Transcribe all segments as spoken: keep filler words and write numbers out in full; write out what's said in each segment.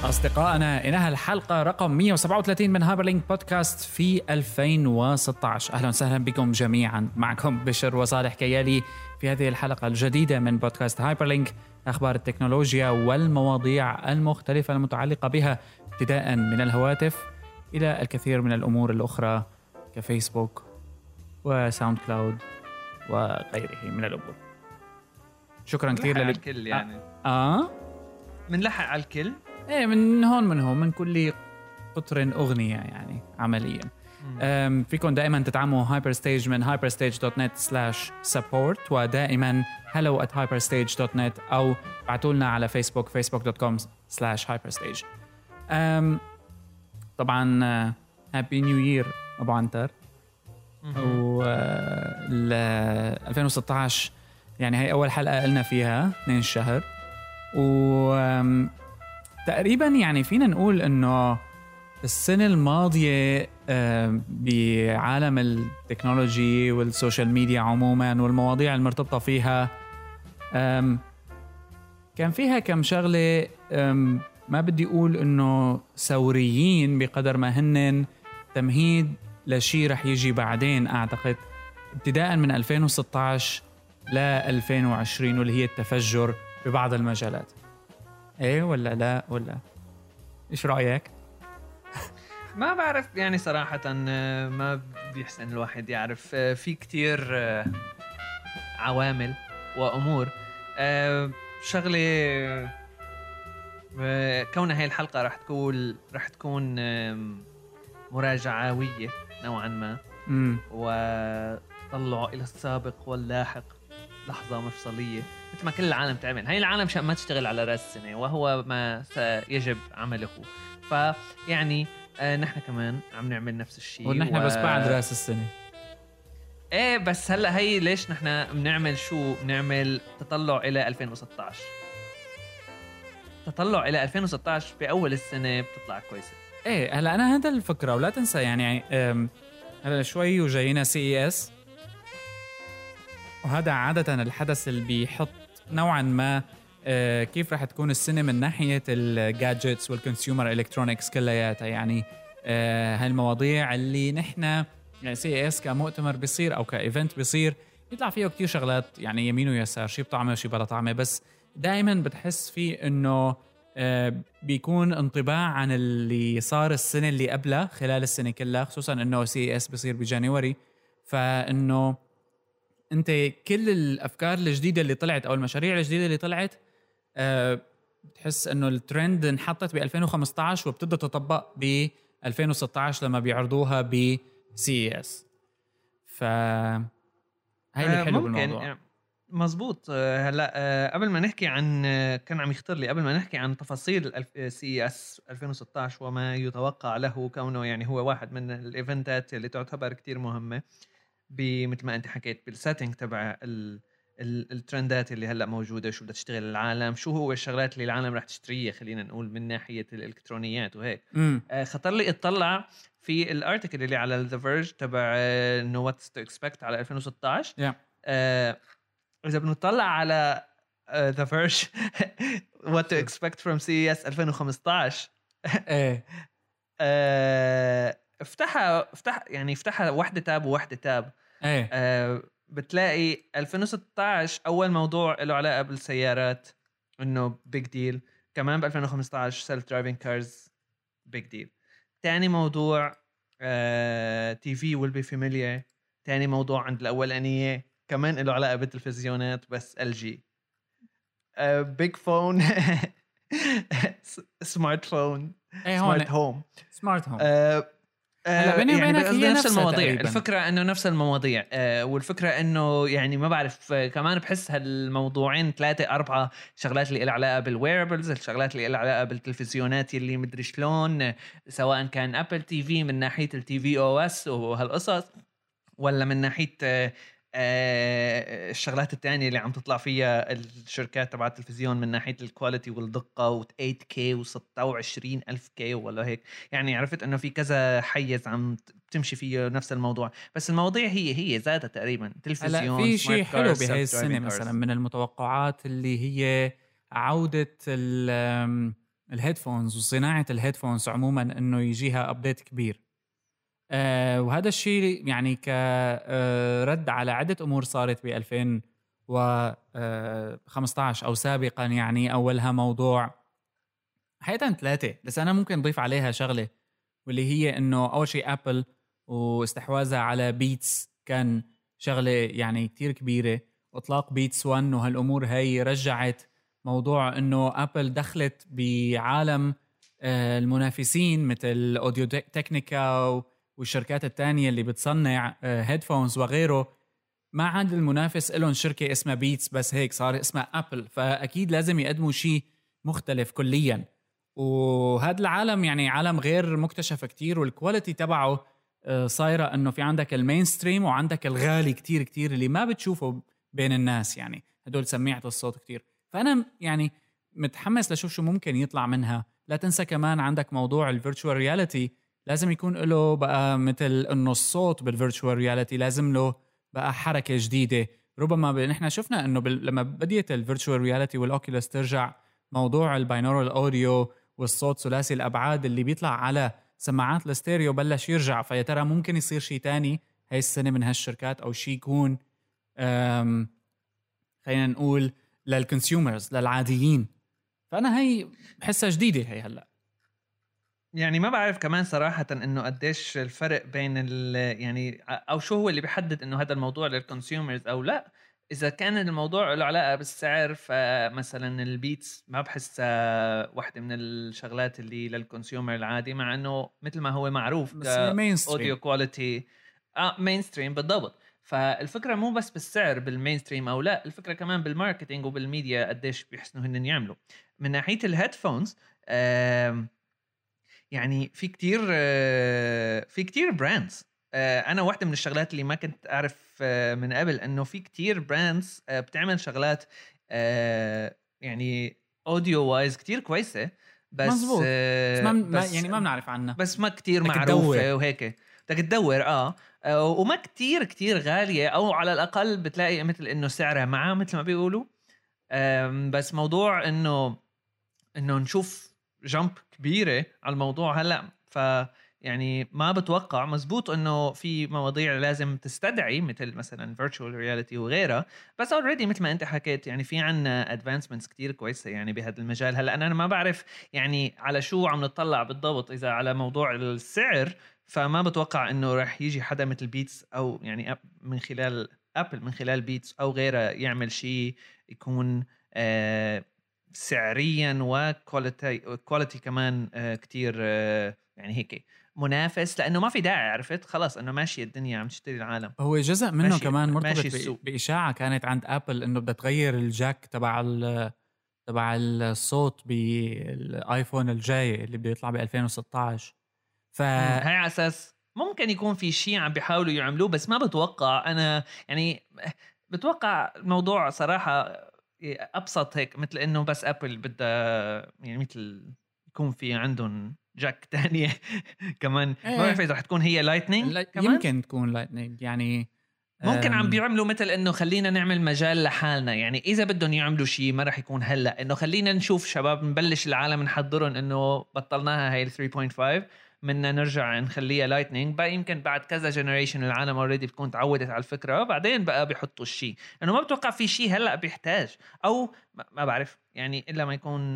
أصدقائنا إنها الحلقة رقم مئة وسبعة وثلاثين من هايبرلينك بودكاست في ألفين وستة عشر. أهلا وسهلا بكم جميعا، معكم بشر وصالح كيالي في هذه الحلقة الجديدة من بودكاست هايبرلينك، أخبار التكنولوجيا والمواضيع المختلفة المتعلقة بها، ابتداء من الهواتف إلى الكثير من الأمور الأخرى كفيسبوك وساوند كلاود وغيره من الأمور. شكرا كثير لل الكل يعني آه منلحق على الكل. ايه من هون من هون من كل قطر أغنية يعني عمليا. فيكم دائما تدعموا هايبرستيج من hyperstage دوت نت سلاش support، ودائما hello at hyperstage دوت نت أو بعتوا لنا على فيسبوك facebook دوت com سلاش hyperstage. طبعا هابي نيو يير أبو عنتر. و ل ألفين وستة عشر يعني هي أول حلقة قلنا فيها اثنين الشهر، و تقريبا يعني فينا نقول انه السنة الماضية بعالم التكنولوجي والسوشيال ميديا عموما والمواضيع المرتبطة فيها كان فيها كم شغلة ما بدي اقول انه ثوريين بقدر ما هن تمهيد لشي رح يجي بعدين، اعتقد ابتداء من ألفين وستة عشر ل ألفين وعشرين، واللي هي التفجر ببعض المجالات. ايه ولا لا ولا ايش رايك؟ ما بعرف يعني صراحه، ما بيحسن الواحد يعرف، في كتير عوامل وامور. شغله كونها هي الحلقه راح تكون راح تكون مراجعويه نوعا ما، وطلعوا الى السابق واللاحق، لحظة مفصلية مثل ما كل العالم تعمل. هاي العالم شاء ما تشتغل على رأس السنة، وهو ما سيجب عمله. فيعني آه نحن كمان عم نعمل نفس الشيء، ونحن و... بس بعد رأس السنة. ايه بس هلأ هي ليش نحن بنعمل شو؟ بنعمل تطلع إلى ألفين وستة عشر. تطلع إلى ألفين وستة عشر بأول السنة بتطلع كويسة. ايه هلأ أنا هذا الفكرة، ولا تنسى يعني هلأ شوي وجاينا سي إي إس، وهذا عادة الحدث اللي بيحط نوعاً ما آه كيف رح تكون السنة من ناحية الجادجتس والكونسيومر إلكترونيكس كلياتها. يعني آه هالمواضيع اللي نحن يعني سي اس كمؤتمر بيصير أو كإيفنت بيصير يطلع فيه كتير شغلات يعني يمين ويسار، شي بطعمه وشي بلا طعمه، بس دائماً بتحس فيه إنه آه بيكون انطباع عن اللي صار السنة اللي قبلها خلال السنة كلها، خصوصاً إنه سي اس بيصير بجانيوري، فإنه انت كل الافكار الجديده اللي طلعت او المشاريع الجديده اللي طلعت أه بتحس انه الترند انحطت ب ألفين وخمسة عشر وبتبدا تطبق ب ألفين وستة عشر لما بيعرضوها ب سي اس. ف هاي اللي حلو بالموضوع. مزبوط. هلا قبل ما نحكي عن كان عم يخطر لي قبل ما نحكي عن تفاصيل سي اس ألفين وستة عشر وما يتوقع له، كونه يعني هو واحد من الايفنتات اللي تعتبر كتير مهمه بمثل ما انت حكيت بالسيتنج تبع الترندات اللي هلا موجوده، شو بدها تشتغل العالم، شو هو الشغلات اللي العالم راح تشتريها، خلينا نقول من ناحيه الالكترونيات وهيك. آه خطر لي اطلع في الارتيكل اللي على ذا فيرج تبع انه واتس تو اكسبكت على ألفين وستة عشر. yeah. آه اذا بنطلع على ذا فيرج وات تو اكسبكت فروم سي اس ألفين وخمسة عشر ايه افتحها افتح يعني افتحها واحدة تاب وواحدة تاب. ايه آه بتلاقي ألفين وستة عشر اول موضوع له علاقة بالسيارات انه بيج ديل، كمان ب ألفين وخمسة عشر سيلف درايفنج كارز بيج ديل. تاني موضوع آه تي في will be familiar. تاني موضوع عند الاولانية كمان له علاقة بالتلفزيونات بس ال جي. آه بيج فون سمارت فون سمارت هوم سمارت هوم. هلا بيني وبينك يعني هي نفس المواضيع تقريباً. الفكرة انه نفس المواضيع، آه والفكرة انه يعني ما بعرف، آه كمان بحس هالموضوعين ثلاثة أربعة شغلات اللي لها علاقة بالويربلز، الشغلات اللي لها علاقة بالتلفزيونات اللي مدري شلون، آه سواء كان ابل تي في من ناحية التي في او اس وهالقصص، ولا من ناحية آه آه الشغلات التانية اللي عم تطلع فيها الشركات تبع التلفزيون من ناحية الكواليتي والدقة و ثمانية كي و ستة وعشرين ألف كي ولا هيك. يعني عرفت انه في كذا حيز عم تمشي فيه نفس الموضوع، بس المواضيع هي هي ذاتها تقريبا. تلفزيون في شيء حلو بهاي السنة مثلا من المتوقعات اللي هي عودة الهيدفونز وصناعة الهيدفونز عموما انه يجيها ابديت كبير. أه وهذا الشيء يعني كرد على عدة امور صارت ب ألفين وخمسطعش او سابقا، يعني اولها موضوع حقيقة ثلاثة، بس انا ممكن نضيف عليها شغلة، واللي هي انه اول شيء ابل واستحواذها على بيتس كان شغلة يعني كتير كبيرة، اطلاق بيتس واحد وهالامور هاي رجعت موضوع انه ابل دخلت بعالم المنافسين مثل اوديو تكنيكا والشركات التانية اللي بتصنع هيدفونز وغيره. ما عاد المنافس لهم شركة اسمها بيتس بس، هيك صار اسمها ابل، فاكيد لازم يقدموا شيء مختلف كليا. وهذا العالم يعني عالم غير مكتشف كتير، والكواليتي تبعه صايرة انه في عندك المينستريم وعندك الغالي كتير كتير اللي ما بتشوفه بين الناس، يعني هدول سميعة الصوت كتير. فأنا يعني متحمس لشوف شو ممكن يطلع منها. لا تنسى كمان عندك موضوع الفيرتشوال رياليتي، لازم يكون له بقى مثل انه الصوت بالفيرتشوال رياليتي لازم له بقى حركة جديدة. ربما نحن شفنا انه لما بديت الفيرتشوال رياليتي والاوكيولوس ترجع، موضوع الباينورال اوديو والصوت ثلاثي الابعاد اللي بيطلع على سماعات الاستيريو بلش يرجع. فيا ترى ممكن يصير شيء تاني هاي السنة من هالشركات، او شيء يكون خلينا نقول للكونسيومرز للعاديين. فأنا هاي بحسها جديدة هاي هلأ. يعني ما بعرف كمان صراحة إنه قديش الفرق بين ال يعني أو شو هو اللي بيحدد إنه هذا الموضوع للكونسيومرز أو لا. إذا كان الموضوع له علاقة بالسعر، فمثلا البيتس ما بحسها واحدة من الشغلات اللي للكونسيومر العادي، مع إنه مثل ما هو معروف كأوديو كواليتي آه مينستريم بالضبط. فالفكرة مو بس بالسعر بالمينستريم أو لا، الفكرة كمان بالماركتينج وبالميديا قديش بيحسنوا هن يعملوا. من ناحية الهيدفونز آه يعني في كتير آه في كتير براندز. آه أنا واحدة من الشغلات اللي ما كنت أعرف آه من قبل إنه في كتير براندز آه بتعمل شغلات آه يعني أوديو وايز كتير كويسة، بس مزبوط. آه بس, ما بس يعني ما بنعرف عنها، بس ما كتير معروفة وهيك بدك تدور اه وما كتير كتير غالية، أو على الأقل بتلاقي مثل إنه سعرها معه مثل ما بيقولوا. بس موضوع إنه إنه نشوف جمب كبيرة على الموضوع هلأ، ف يعني ما بتوقع مزبوط إنه في مواضيع لازم تستدعي مثل مثلا virtual reality وغيرها، بس already مثل ما أنت حكيت يعني في عنا advancements كتير كويسة يعني بهذا المجال. هلأ أنا ما بعرف يعني على شو عم نطلع بالضبط، إذا على موضوع السعر فما بتوقع إنه رح يجي حدا مثل بيتس أو يعني من خلال أبل من خلال بيتس أو غيره يعمل شيء يكون آه سعريا وكواليتي كواليتي كمان آه كتير آه يعني هيك منافس، لانه ما في داعي، عرفت خلاص انه ماشي الدنيا عم تشتري العالم. هو جزء منه كمان مرتبط بإشاعة كانت عند ابل انه بدها تغير الجاك تبع تبع الصوت بالايفون الجاي اللي بده يطلع ب ألفين وستة عشر. ف هاي على اساس ممكن يكون في شيء عم بيحاولوا يعملوه، بس ما بتوقع انا يعني بتوقع الموضوع صراحة ابسط هيك، مثل انه بس ابل بدها يعني مثل يكون في عندهم جاك تانية كمان. ما بعرف اذا رح تكون هي لايتنينج كمان، يمكن تكون لايتنينج يعني ممكن عم بيعملوا مثل انه خلينا نعمل مجال لحالنا، يعني اذا بدهم يعملوا شيء ما رح يكون هلا، انه خلينا نشوف شباب نبلش العالم نحضرهم انه بطلناها هاي ال ثري بوينت فايف بدنا نرجع نخليها لايتنينج بقى. يمكن بعد كذا جنريشن العالم اوريدي بتكون تعودت على الفكره، بعدين بقى بيحطوا الشيء. انه ما بتوقع في شيء هلا بيحتاج، او ما بعرف يعني الا ما يكون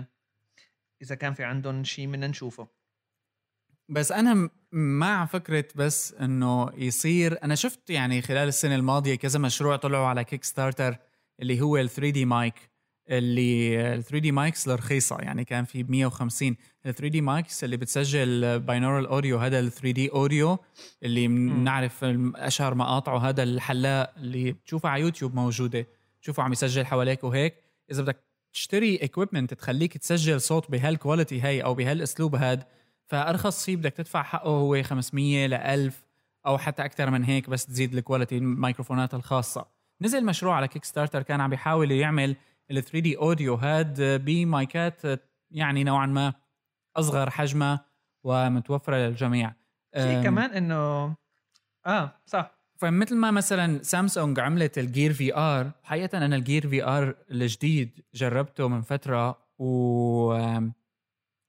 اذا كان في عندهم شيء بدنا نشوفه. بس أنا مع فكرة بس إنه يصير. أنا شفت يعني خلال السنة الماضية كذا مشروع طلعوا على كيك ستارتر اللي هو ال ثري دي مايك، اللي ال ثري دي مايكس الرخيصة يعني كان في مية وخمسين. ال ثري دي مايكس اللي بتسجل باينورال أوديو، هذا ال ثري دي أوديو اللي بنعرف أشهر مقاطعه، هذا الحلاق اللي بتشوفه على يوتيوب موجودة، تشوفه عم يسجل حواليك وهيك. إذا بدك تشتري equipment تخليك تسجل صوت بهالكواليتي هاي أو بهالأسلوب هاد، فأرخص شيء بدك تدفع حقه هو خمسمية لألف أو حتى أكتر من هيك، بس تزيد الكواليتي الميكروفونات الخاصة. نزل مشروع على كيك ستارتر كان عم بيحاول يعمل ال ثري دي أوديو هاد بمايكات يعني نوعا ما أصغر حجمها ومتوفرة للجميع. في كمان إنه آه صح، فمثل ما مثلا سامسونج عملت الجير في آر. حقيقة أنا الجير في آر الجديد جربته من فترة و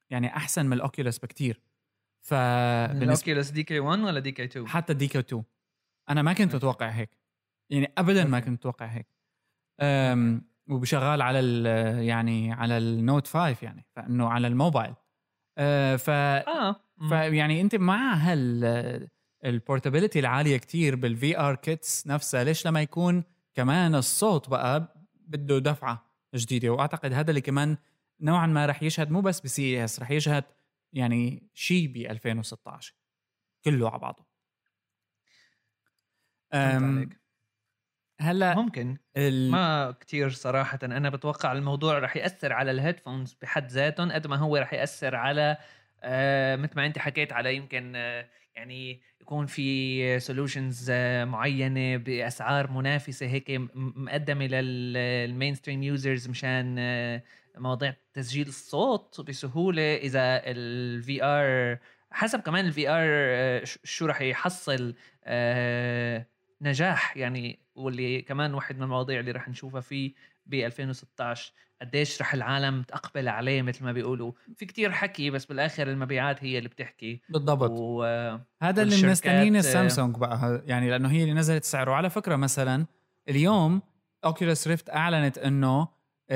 يعني احسن من الاوكيولس بكتير. ف الاوكيولس دي كي واحد ولا دي كي اثنين؟ حتى دي كي اثنين انا ما كنت متوقع هيك، يعني ابدا ما كنت متوقع هيك. أم وبشغال على ال يعني على النوت خمسة، يعني فانه على الموبايل. أه ف اه فيعني انت مع هال البورتابيليتي العاليه كتير بالفي ار كيتس نفسها، ليش لما يكون كمان الصوت بقى بده دفعه جديده؟ واعتقد هذا اللي كمان نوعا ما رح يشهد مو بس بسي اس، رح يشهد يعني شيء ب ألفين وستة عشر كله على بعضه. هلا ممكن ال... ما كتير صراحة. أنا بتوقع الموضوع رح يأثر على الهيدفونز بحد ذاتهم قد ما هو رح يأثر على آه مثل ما أنت حكيت على يمكن آه يعني يكون في سولوشنز آه معينة بأسعار منافسة هيك مقدمة للمينستريم يوزرز مشان آه مواضيع تسجيل الصوت بسهولة. إذا الفي آر حسب كمان الفي آر آه شو رح يحصل آه نجاح يعني، واللي كمان واحد من المواضيع اللي رح نشوفها فيه ب ألفين وستة عشر قديش رح العالم تقبل عليه. مثل ما بيقولوا في كتير حكي بس بالآخر المبيعات هي اللي بتحكي بالضبط. و... هذا اللي مستنين السامسونج بقى، يعني لأنه هي اللي نزلت سعره. على فكرة مثلا اليوم أوكيولوس ريفت أعلنت أنه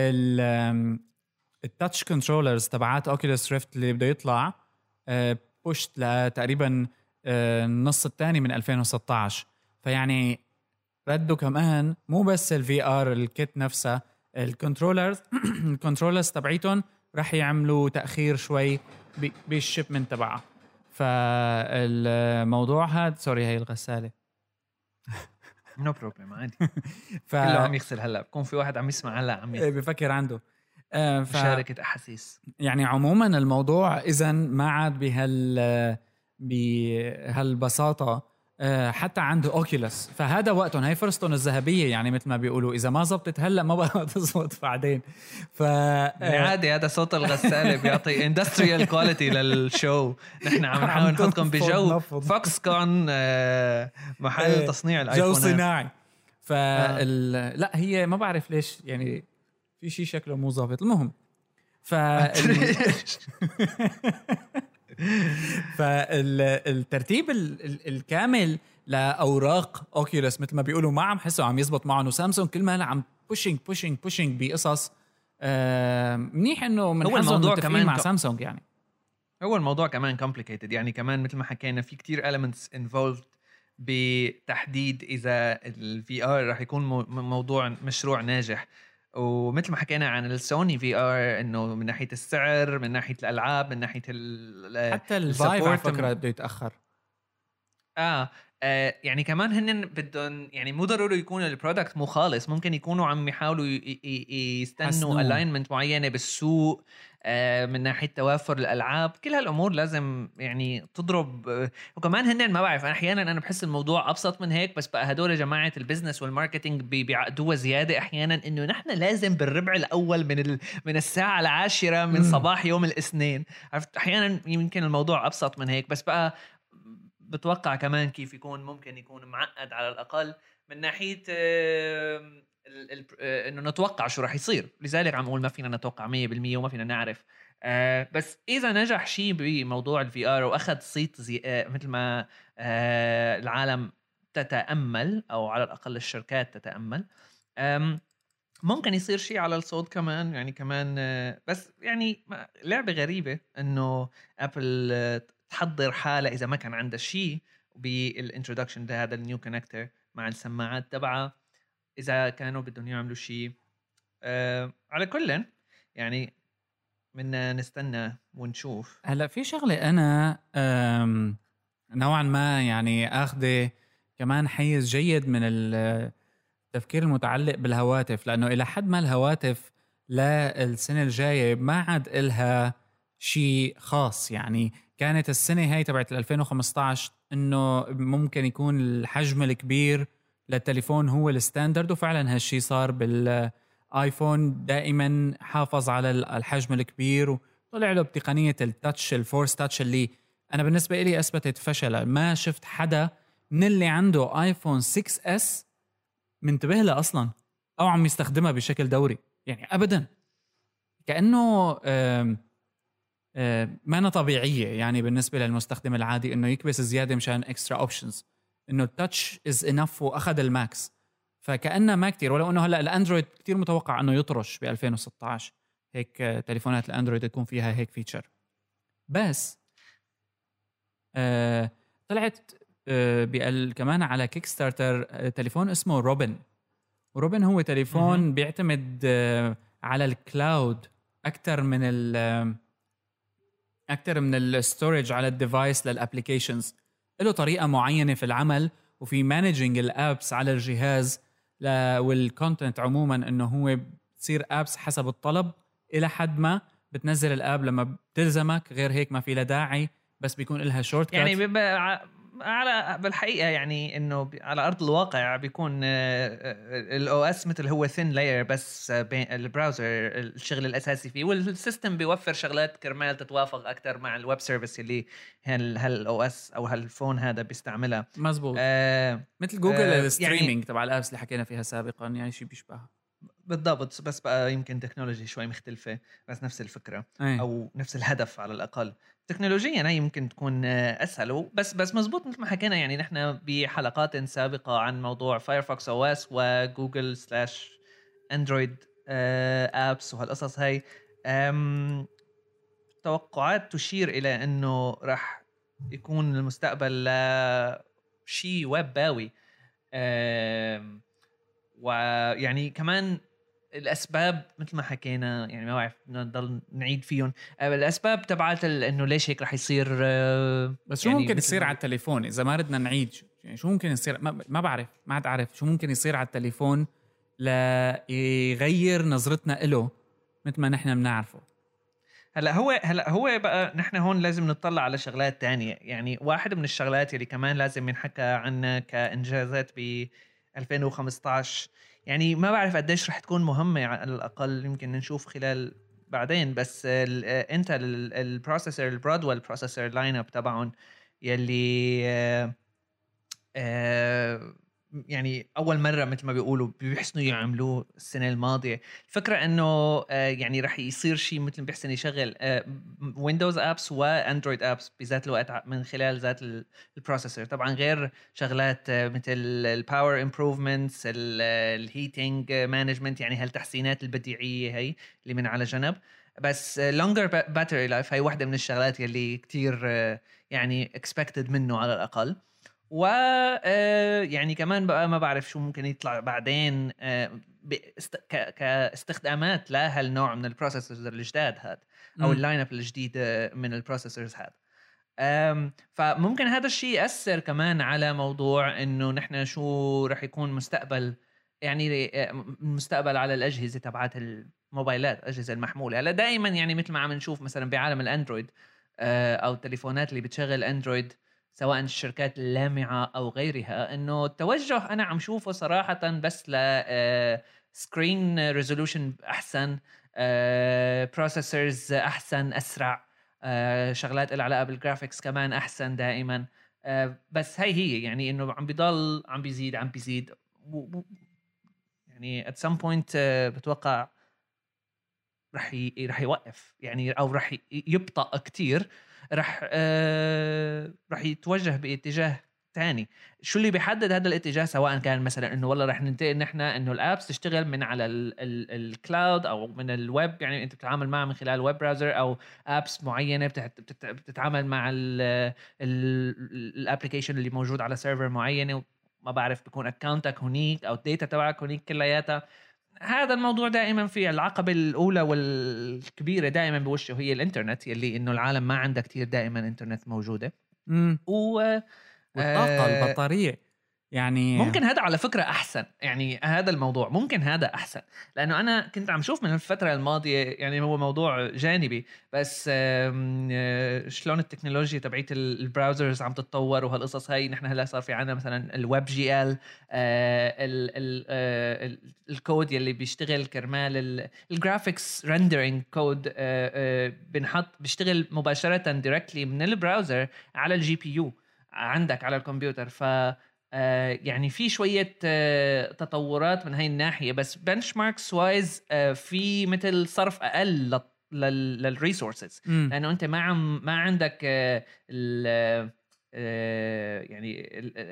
التاتش كنترولرز تبعات أوكيولوس ريفت اللي بده يطلع بوشت لتقريبا النص الثاني من ألفين وستة عشر. فيعني ردوا كمان مو بس الفي ار الكيت نفسها، الكنترولرز الكنترولرز تبعيتهم رح يعملوا تأخير شوي بالشيبمنت تبعها. فالموضوع هذا سوري هي الغسالة نو بروبلم عادي. ف... كله عم يغسل هلا، بكون في واحد عم يسمع هلا عم يغسل بفكر عنده آه ف... مشاركة أحاسيس. يعني عموما الموضوع إذن ما عاد بهال بهالبساطة حتى عنده اوكيولس. فهذا وقتهم هي فرصتهم الذهبيه، يعني مثل ما بيقولوا اذا ما زبطت هلا ما بقى تزبط بعدين. ف عادي هذا صوت الغساله بيعطي اندستريال كواليتي للشو. نحن عم نحاول نحطكم بجو فوكس كون محل تصنيع الايفونات، جو صناعي. ف لا هي ما بعرف ليش يعني في شيء شكله مو ظابط. المهم ف فالترتيب الكامل لأوراق أوكيولوس مثل ما بيقولوا ما عم حسوا عم يزبط معهم، وسامسونج كل ما عم بوشينج بوشينج بوشينج بقصص. منيح إنه من الموضوع كمان مع سامسونج. يعني هو الموضوع كمان complicated، يعني كمان مثل ما حكينا في كتير elements involved بتحديد إذا ال في آر رح يكون موضوع مشروع ناجح. ومثل ما حكينا عن السوني في ار انه من ناحيه السعر، من ناحيه الالعاب، من ناحيه حتى الفايف على فكره بده يتاخر. آه, اه يعني كمان هن بدهم يعني مو ضروري يكون البرودكت مو خالص، ممكن يكونوا عم يحاولوا يستنوا الاينمنت معينه بالسوق آه من ناحيه توافر الالعاب. كل هالامور لازم يعني تضرب. آه وكمان هن ما بعرف احيانا انا بحس الموضوع ابسط من هيك، بس بقى هدول جماعه البزنس والماركتينج بيعقدوها زياده احيانا، انه نحن لازم بالربع الاول من ال... من الساعه العاشرة من صباح يوم الاثنين. عرفت احيانا يمكن الموضوع ابسط من هيك، بس بقى بتوقع كمان كيف يكون ممكن يكون معقد على الأقل من ناحية آه آه إنه نتوقع شو رح يصير. لذلك عم أقول ما فينا نتوقع مية بالمية وما فينا نعرف. آه بس إذا نجح شيء بموضوع الفي آر وأخذ صيت زي آه مثل ما آه العالم تتأمل، أو على الأقل الشركات تتأمل، ممكن يصير شيء على الصوت كمان. يعني كمان آه بس يعني لعبة غريبة إنه أبل تحضر حالة إذا ما كان عندها شيء بالانترودكشن ده هذا النيو كونكتر مع السماعات تبعها، إذا كانوا بدهم يعملوا شيء. آه على كل يعني بدنا نستنى ونشوف. هلا في شغلة أنا نوعا ما يعني أخذ كمان حيز جيد من التفكير المتعلق بالهواتف، لأنه إلى حد ما الهواتف للسنة الجاية ما عاد إلها شيء خاص. يعني كانت السنة هاي تبعت ألفين وخمسة عشر إنه ممكن يكون الحجم الكبير للتليفون هو الستاندرد، وفعلا هالشي صار بالآيفون. دائما حافظ على الحجم الكبير وطلع له بتقنية التاتش الفورس تاتش اللي أنا بالنسبة لي أثبتت فشلة. ما شفت حدا من اللي عنده آيفون ستة إس منتبه له أصلا أو عم يستخدمها بشكل دوري، يعني أبدا. كأنه ما أنا طبيعية يعني بالنسبة للمستخدم العادي إنه يكبس زيادة مشان إكسترا أوبشنز، إنه التاتش إز إنف وأخذ الماكس. فكأنه ما كتير، ولو إنه هلأ الأندرويد كتير متوقع إنه يطرش ب ألفين وستة عشر هيك تليفونات الأندرويد يكون فيها هيك فيتشر. بس آه طلعت آه بقال كمان على كيك ستارتر آه تليفون اسمه روبن. وروبن هو تليفون م- بيعتمد آه على الكلاود أكتر من ال أكتر من الستورج على الديفايس للأبليكيشنز. له طريقة معينة في العمل وفي مانجينج الابس على الجهاز والكونتنت عموما، انه هو بتصير ابس حسب الطلب الى حد ما بتنزل الاب لما بتلزمك، غير هيك ما في له داعي، بس بيكون لها شورت كات. يعني بيبقى على بالحقيقه يعني انه على ارض الواقع بيكون الاو اس مثل هو ثين لاير بس بين البراوزر الشغل الاساسي فيه، والسيستم بيوفر شغلات كرمال تتوافق اكثر مع الويب سيرفيس اللي هالاو اس او هالفون هذا بيستعملها. مزبوط. آه مثل جوجل آه الستريمينج يعني تبع الابس اللي حكينا فيها سابقا، يعني شيء بيشبهها بالضبط، بس بقى يمكن تكنولوجي شوي مختلفة، بس نفس الفكرة أي. أو نفس الهدف على الأقل. تكنولوجيا هي يمكن تكون أسهل، بس بس مزبوط مثل ما حكينا يعني نحن بحلقات سابقة عن موضوع فايرفوكس او اس وجوجل سلاش اندرويد ابس وهالقصص هاي. توقعات تشير إلى أنه راح يكون المستقبل شيء ويب باوي، ويعني كمان الاسباب مثل ما حكينا يعني ما بعرف نضل نعيد فيهم الاسباب تبعت انه ليش هيك رح يصير. بس شو يعني ممكن يصير على التليفون اذا ما ردنا نعيد؟ يعني شو ممكن يصير؟ ما, ما بعرف، ما عاد اعرف شو ممكن يصير على التليفون ليغير نظرتنا له مثل ما نحن بنعرفه. هلا هو هلا هو بقى نحن هون لازم نطلع على شغلات تانية. يعني واحد من الشغلات اللي كمان لازم ينحكى عنها كإنجازات ب ألفين وخمسة عشر، يعني ما بعرف قديش رح تكون مهمة على الأقل، يمكن نشوف خلال بعدين، بس انت البروسيسور البرودويل بروسيسور لاين اب تبعهم يلي آه آه يعني اول مره مثل ما بيقولوا بيحسنوا يعملوه السنه الماضيه. الفكره انه آه يعني رح يصير شيء مثل بيحسن يشغل آه ويندوز ابس واندرويد ابس بذات الوقت من خلال ذات البروسيسور. طبعا غير شغلات آه مثل الباور امبروفمنتس، الهيتنج مانجمنت، يعني هالتحسينات البديعيه هي اللي من على جنب. بس لونجر باتري لايف هي واحدة من الشغلات يلي كتير آه يعني اكسبكتد منه على الاقل. و يعني كمان بقى ما بعرف شو ممكن يطلع بعدين كاستخدامات لهالنوع من البروسيسورز الجداد هاد او اللاين اب الجديد من البروسيسورز هاد. فممكن هذا الشيء يأثر كمان على موضوع انه نحن شو رح يكون مستقبل، يعني المستقبل على الاجهزه تبعات الموبايلات، الاجهزه المحموله. هلا دائما يعني مثل ما عم نشوف مثلا بعالم الاندرويد او التليفونات اللي بتشغل اندرويد سواء الشركات اللامعة أو غيرها، إنه التوجه أنا عم شوفه صراحة بس ل سكرين ريزولوشن أحسن، بروسيسورز أحسن أسرع، شغلات العلاقة بالجرافيكس كمان أحسن دائما. بس هاي هي يعني إنه عم بيضل عم بيزيد عم بيزيد يعني at some point بتوقع رح ي... رح يوقف يعني او رح يبطأ كتير، رح آه... رح يتوجه باتجاه تاني. شو اللي بيحدد هذا الاتجاه؟ سواء كان مثلا انه والله رح ننتقل نحن انه الابس تشتغل من على الكلاود او من الويب، يعني انت بتتعامل معها من خلال ويب براوزر، او ابس معينه بتت... بتت... بتتعامل مع الابلكيشن اللي موجود على سيرفر معينه، وما بعرف بيكون اكاونتك هنيك او الداتا تبعك هنيك كلياتها. هذا الموضوع دائما في العقبة الأولى والكبيرة دائما بوشه هي الإنترنت، يلي إنه العالم ما عندها كتير دائما إنترنت موجودة. امم و والطاقة آه البطارية يعني ممكن هذا على فكرة أحسن، يعني هذا الموضوع ممكن هذا أحسن، لأنه أنا كنت عم شوف من الفترة الماضية، يعني هو موضوع جانبي بس شلون التكنولوجيا تبعيت البراوزرز عم تتطور وهالقصص هاي. نحن هلا صار في عنا مثلا الويب جي ال الكود يلي بيشتغل كرمال الجرافيكس ريندرينج كود، بنحط بيشتغل مباشرة دايركتلي من البراوزر على الجي بي يو عندك على الكمبيوتر. ف آه يعني في شوية آه تطورات من هاي الناحية، بس بنش ماركس وايز آه في مثل صرف أقل للريسورسز، لانه انت ما عم ما عندك ال يعني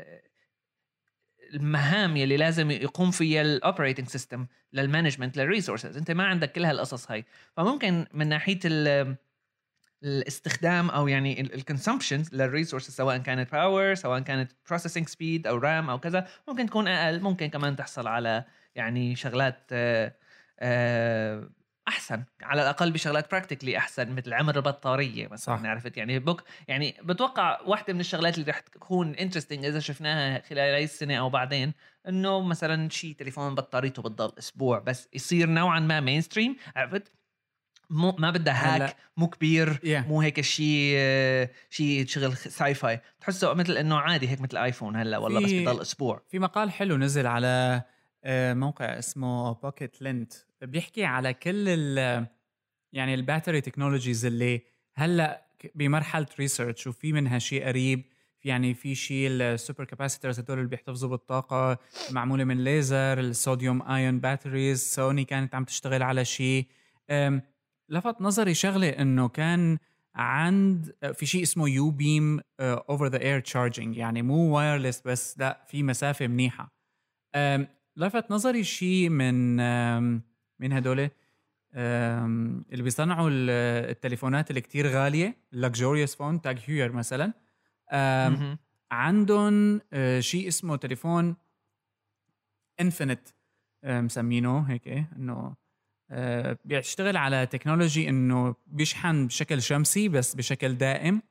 المهام اللي لازم يقوم فيها الاوبريتنج سيستم للمانجمنت للريسورسز، انت ما عندك كل هالقصص هاي. فممكن من ناحيه الاستخدام او يعني الكونسومبشن للريسورسز، سواء كانت باور سواء كانت بروسيسنج سبيد او رام او كذا، ممكن تكون اقل. ممكن كمان تحصل على يعني شغلات احسن، على الاقل بشغلات براكتيكلي احسن، مثل عمر البطاريه مثلا. عرفت يعني بوك يعني بتوقع واحده من الشغلات اللي رح تكون انترستينج اذا شفناها خلال هاي السنه او بعدين، انه مثلا شيء تليفون بطاريته بتضل اسبوع بس يصير نوعا ما مين ستريم. عرفت مو ما بدها هاك، مو كبير yeah. مو هيك شيء شيء شغل ساي فاي، تحسه مثل انه عادي هيك مثل ايفون هلا والله بس بضل اسبوع. في مقال حلو نزل على موقع اسمه بوكيت لينت، بيحكي على كل ال يعني الباتري تكنولوجيز اللي هلا بمرحله ريسيرش، وفي منها شيء قريب. يعني في شيء السوبر كاباسيترز هدول اللي بيحتفظوا بالطاقه معموله من ليزر، الصوديوم ايون باتريز. سوني كانت عم تشتغل على شيء. لفت نظري شغله انه كان عند في شيء اسمه يو بيم اوفر ذا اير تشارجينج، يعني مو وايرلس بس لا في مسافه منيحه. لفت نظري شيء من من هدول اللي بيصنعوا التليفونات اللي كتير غاليه، luxurious فون تاج هيور مثلا. عندهم شيء اسمه تليفون انفينيت مسمينه هيك، انه بيشتغل على تكنولوجي انه بيشحن بشكل شمسي بس بشكل دائم.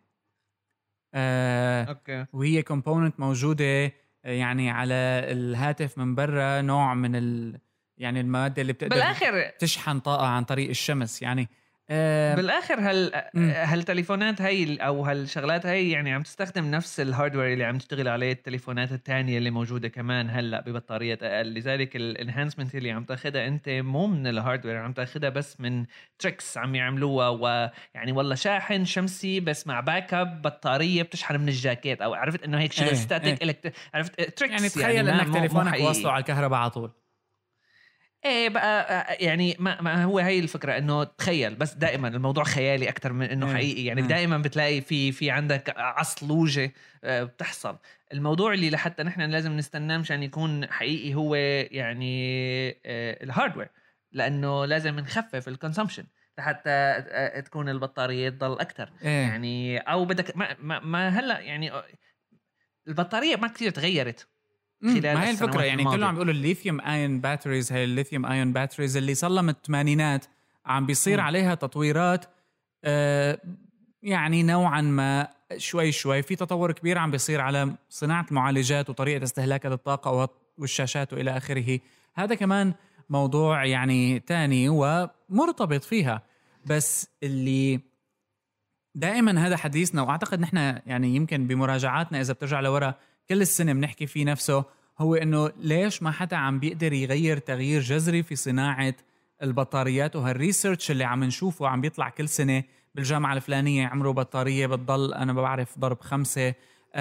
اوكي. وهي كومبوننت موجوده يعني على الهاتف من برا، نوع من ال يعني المادة اللي بتقدر بالآخر تشحن طاقة عن طريق الشمس. يعني آه بالآخر هال هالتليفونات هاي أو هالشغلات هاي يعني عم تستخدم نفس الهاردوير اللي عم تشتغل عليه التليفونات التانية اللي موجودة كمان هلأ ببطارية أقل. لذلك الانهانسمنت اللي عم تاخدها أنت مو من الهاردوير، عم تاخدها بس من تريكس عم يعملوها. ويعني والله شاحن شمسي بس مع باك اب بطارية بتشحن من الجاكيت، أو عرفت إنه هيك شغل ستاتيك إلكت... عرفت تريكس. يعني تخيل يعني إنك تليفونك واصله على الكهرباء على طول. ايه بقى يعني ما, ما هو هي الفكره، انه تخيل بس دائما الموضوع خيالي اكتر من انه حقيقي. يعني دائما بتلاقي في في عندك عصلوجه بتحصل. الموضوع اللي لحتى نحن لازم نستناه مشان يكون حقيقي هو يعني الهاردوير، لانه لازم نخفف الكونسومشن لحتى تكون البطاريه تضل اكتر. يعني او بدك ما, ما, ما هلا يعني البطاريه ما كتير تغيرت خلال ما هي الفكرة. يعني كلهم عم بيقولوا الليثيوم ايون باتريز، هاي الليثيوم ايون باتريز اللي صار لها من الثمانينات عم بيصير م. عليها تطويرات آه يعني نوعا ما شوي شوي في تطور كبير عم بيصير على صناعة المعالجات وطريقة استهلاك الطاقة والشاشات وإلى آخره. هذا كمان موضوع يعني تاني ومرتبط فيها. بس اللي دائما هذا حديثنا، وأعتقد نحن يعني يمكن بمراجعاتنا إذا بترجع لورا كل السنة بنحكي فيه نفسه، هو إنه ليش ما حدا عم بيقدر يغير تغيير جذري في صناعة البطاريات. وهالريسيرش اللي عم نشوفه عم بيطلع كل سنة بالجامعة الفلانية عمرو بطارية بتضل أنا بعرف ضرب خمسة.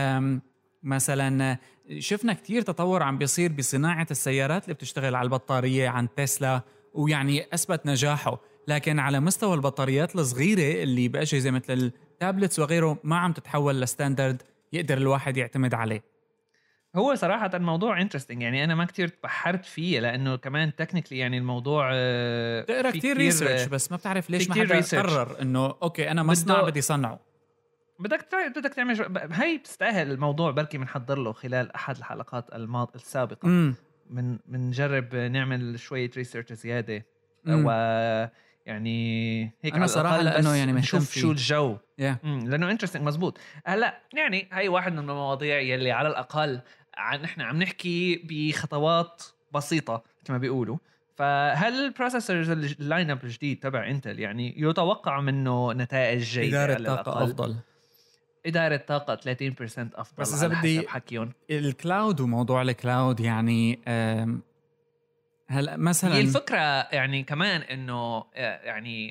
مثلا شفنا كتير تطور عم بيصير بصناعة السيارات اللي بتشتغل على البطارية عن تسلا، ويعني أثبت نجاحه. لكن على مستوى البطاريات الصغيرة اللي بأجهزة مثل التابلتس وغيره ما عم تتحول لستاندرد يقدر الواحد يعتمد عليه. هو صراحة الموضوع انترستينج، يعني أنا ما كتير بحرت فيه لأنه كمان تكنيكلي يعني الموضوع تقرأ كتير ريسيرش بس ما بتعرف ليش ما حدا قرر إنه أوكي أنا مصنع بدي صنعه. بدك بدك تعمل هاي بتستاهل الموضوع، بركي بنحضر له خلال أحد الحلقات الماض السابقة. م. من منجرب نعمل شوية ريسيرش زيادة و يعني هيك أنا صراحة لأنه يعني نشوف شو الجو yeah. لأنه انترستينج مزبوط. هلا يعني هاي واحد من المواضيع يلي على الأقل عن إحنا عم نحكي بخطوات بسيطة مثل ما بيقولوا. فهل البروسيسورز اللاين اب الجديد تبع انتل يعني يتوقع منه نتائج جيدة؟ إدارة طاقة أفضل، إدارة طاقة ثلاثين بالمية أفضل، بس إذا بدي حكيون الكلاود وموضوع الكلاود يعني هلا مثلا هي الفكرة يعني كمان إنه يعني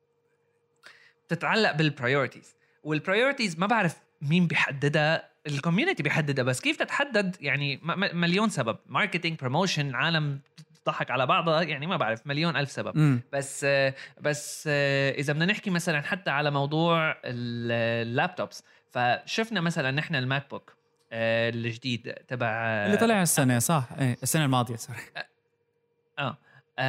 تتعلق بالبرايورتيز، والبرايورتيز ما بعرف مين بيحددها، الكوميونتي بيحددها. بس كيف تتحدد يعني مليون سبب، ماركتينج، بروموشن، عالم بتضحك على بعضها يعني ما بعرف مليون ألف سبب. م. بس بس إذا بدنا نحكي مثلا حتى على موضوع اللابتوبس، فشفنا مثلا نحن الماك بوك الجديد تبع اللي طلع السنة صح ايه السنة الماضية سوري. آه.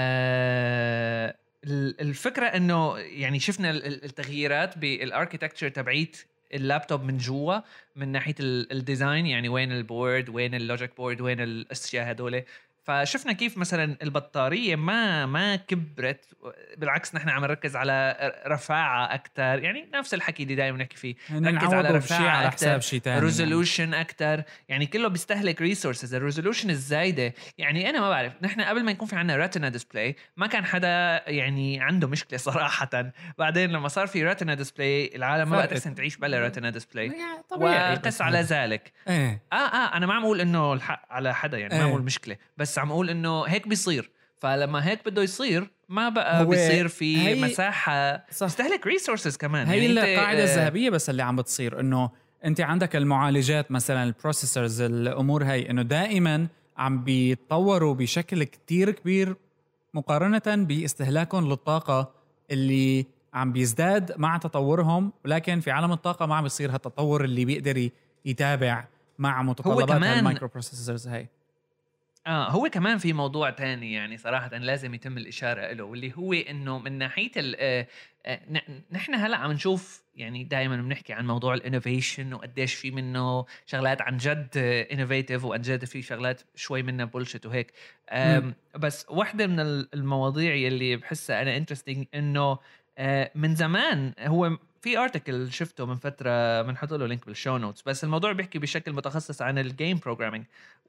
آه الفكرة انه يعني شفنا التغييرات بالاركيتكتشر تبعيت اللابتوب من جوا من ناحية الديزاين، يعني وين البورد وين اللوجيك بورد وين الاشياء هدول. فشفنا كيف مثلا البطارية ما ما كبرت، بالعكس نحن عم نركز على رفاعة أكتر، يعني نفس الحكي اللي دائما نحكي فيه، يعني نركز على رفاعة على حساب شيء تاني، ريزولوشن يعني. أكتر يعني كله بيستهلك ريسورسز. الريزولوشن الزايدة يعني أنا ما بعرف، نحن قبل ما يكون في عنا ريتنا ديسبلاي ما كان حدا يعني عنده مشكلة صراحة. بعدين لما صار في ريتنا ديسبلاي العالم ما بقت أحسن تعيش بلا ريتنا ديسبلاي، وقس على ذلك. ايه. آه آه أنا ما عم أقول إنه الحق على حدا يعني ايه. ما عم مشكلة، بس عم أقول إنه هيك بيصير. فلما هيك بده يصير ما بقى بيصير في مساحة تستهلك ريسورسز كمان. هي يعني القاعدة الذهبية بس اللي عم بتصير إنه أنت عندك المعالجات مثلا البروسيسورز الأمور هاي إنه دائما عم بيتطوروا بشكل كتير كبير مقارنة باستهلاكهم للطاقة اللي عم بيزداد مع تطورهم، ولكن في عالم الطاقة ما عم بيصير هالتطور اللي بيقدر يتابع مع متطلبات المايكرو بروسيسورز هاي. آه هو كمان في موضوع تاني يعني صراحة لازم يتم الإشارة له، واللي هو إنه من ناحية آه آه نحن هلأ عم نشوف يعني دائما بنحكي عن موضوع الانوفيشن وقديش في منه شغلات عن جد انوفيتيف وعن جد في شغلات شوي منها بولشيت وهيك. بس واحدة من المواضيع اللي بحسها أنا انترستينج إنه آه من زمان هو في ارتكل شفته من فترة بنحط له لينك بالشو نوتس، بس الموضوع بيحكي بشكل متخصص عن الجيم بروجرامينج،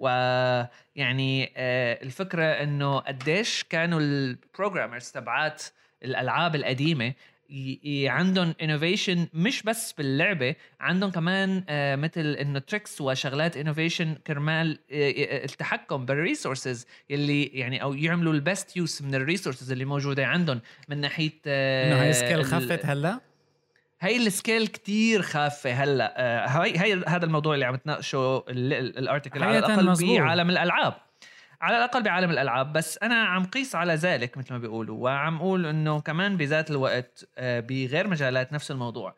ويعني آه الفكرة انه قديش كانوا البروجرامرز تبعات الالعاب القديمة عندهم انوفيشن مش بس باللعبة، عندهم كمان آه مثل انه تريكس وشغلات انوفيشن كرمال آه التحكم بالريسورسز اللي يعني او يعملوا البست يوز من الريسورسز اللي موجودة عندهم من ناحية آه انه هاي سكيل خفت هلا. هاي السكيل كتير خافة هلا. آه هاي هاي هذا الموضوع اللي عم تناقشه الارتيكل على الأقل بعالم الألعاب، على الأقل بعالم الألعاب. بس أنا عم قيس على ذلك مثل ما بيقولوا، وعم أقول إنه كمان بذات الوقت آه بغير مجالات نفس الموضوع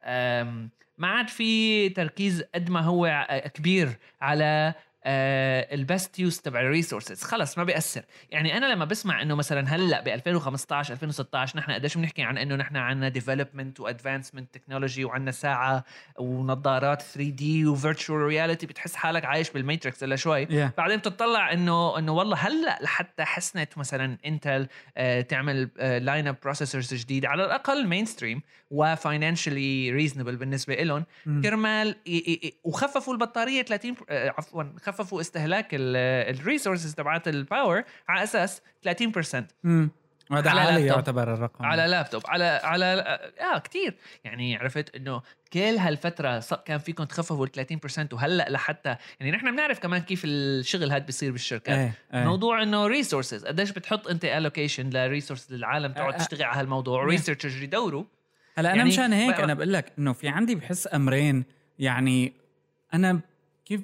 ما عاد في تركيز قد ما هو كبير على آه البست يوز تبع الريسورسز. خلص ما بيأثر. يعني أنا لما بسمع إنه مثلا هلأ ب ألفين وخمسطعش ألفين وستطعش نحن قديش بنحكي عن إنه نحن عنا ديفلوبمنت وأدفانسمنت تكنولوجي وعنا ساعة ونظارات ثري دي وفيرتشوال رياليتي بتحس حالك عايش بالماتريكس إلا شوي. yeah. بعدين بتطلع إنه إنه والله هلأ لحتى حسنت مثلا إنتل آه تعمل آه لاين اب بروسيسورز جديد على الأقل مينستريم وفاينانشلي ريزنبل بالنسبة إلهم mm. كرمال وخففوا البطارية ثلاثين آه عفوا خففوا استهلاك الريسورسز تبعات الباور على اساس ثلاثين بالمية. امم هذا عالي يعتبر الرقم على لابتوب على على اه كتير. يعني عرفت انه كل هالفتره كان فيكم تخففوا ثلاثين بالمية، وهلا لحتى يعني نحن بنعرف كمان كيف الشغل هاد بيصير بالشركات. ايه ايه. موضوع انه ريسورسز قديش بتحط انت الوكيشن لريسورسز للعالم تقعد اه تشتغل على هالموضوع، ريسيرشرز يدوروا. هلا انا يعني مشان هيك انا بقول لك انه في عندي بحس امرين. يعني انا كيف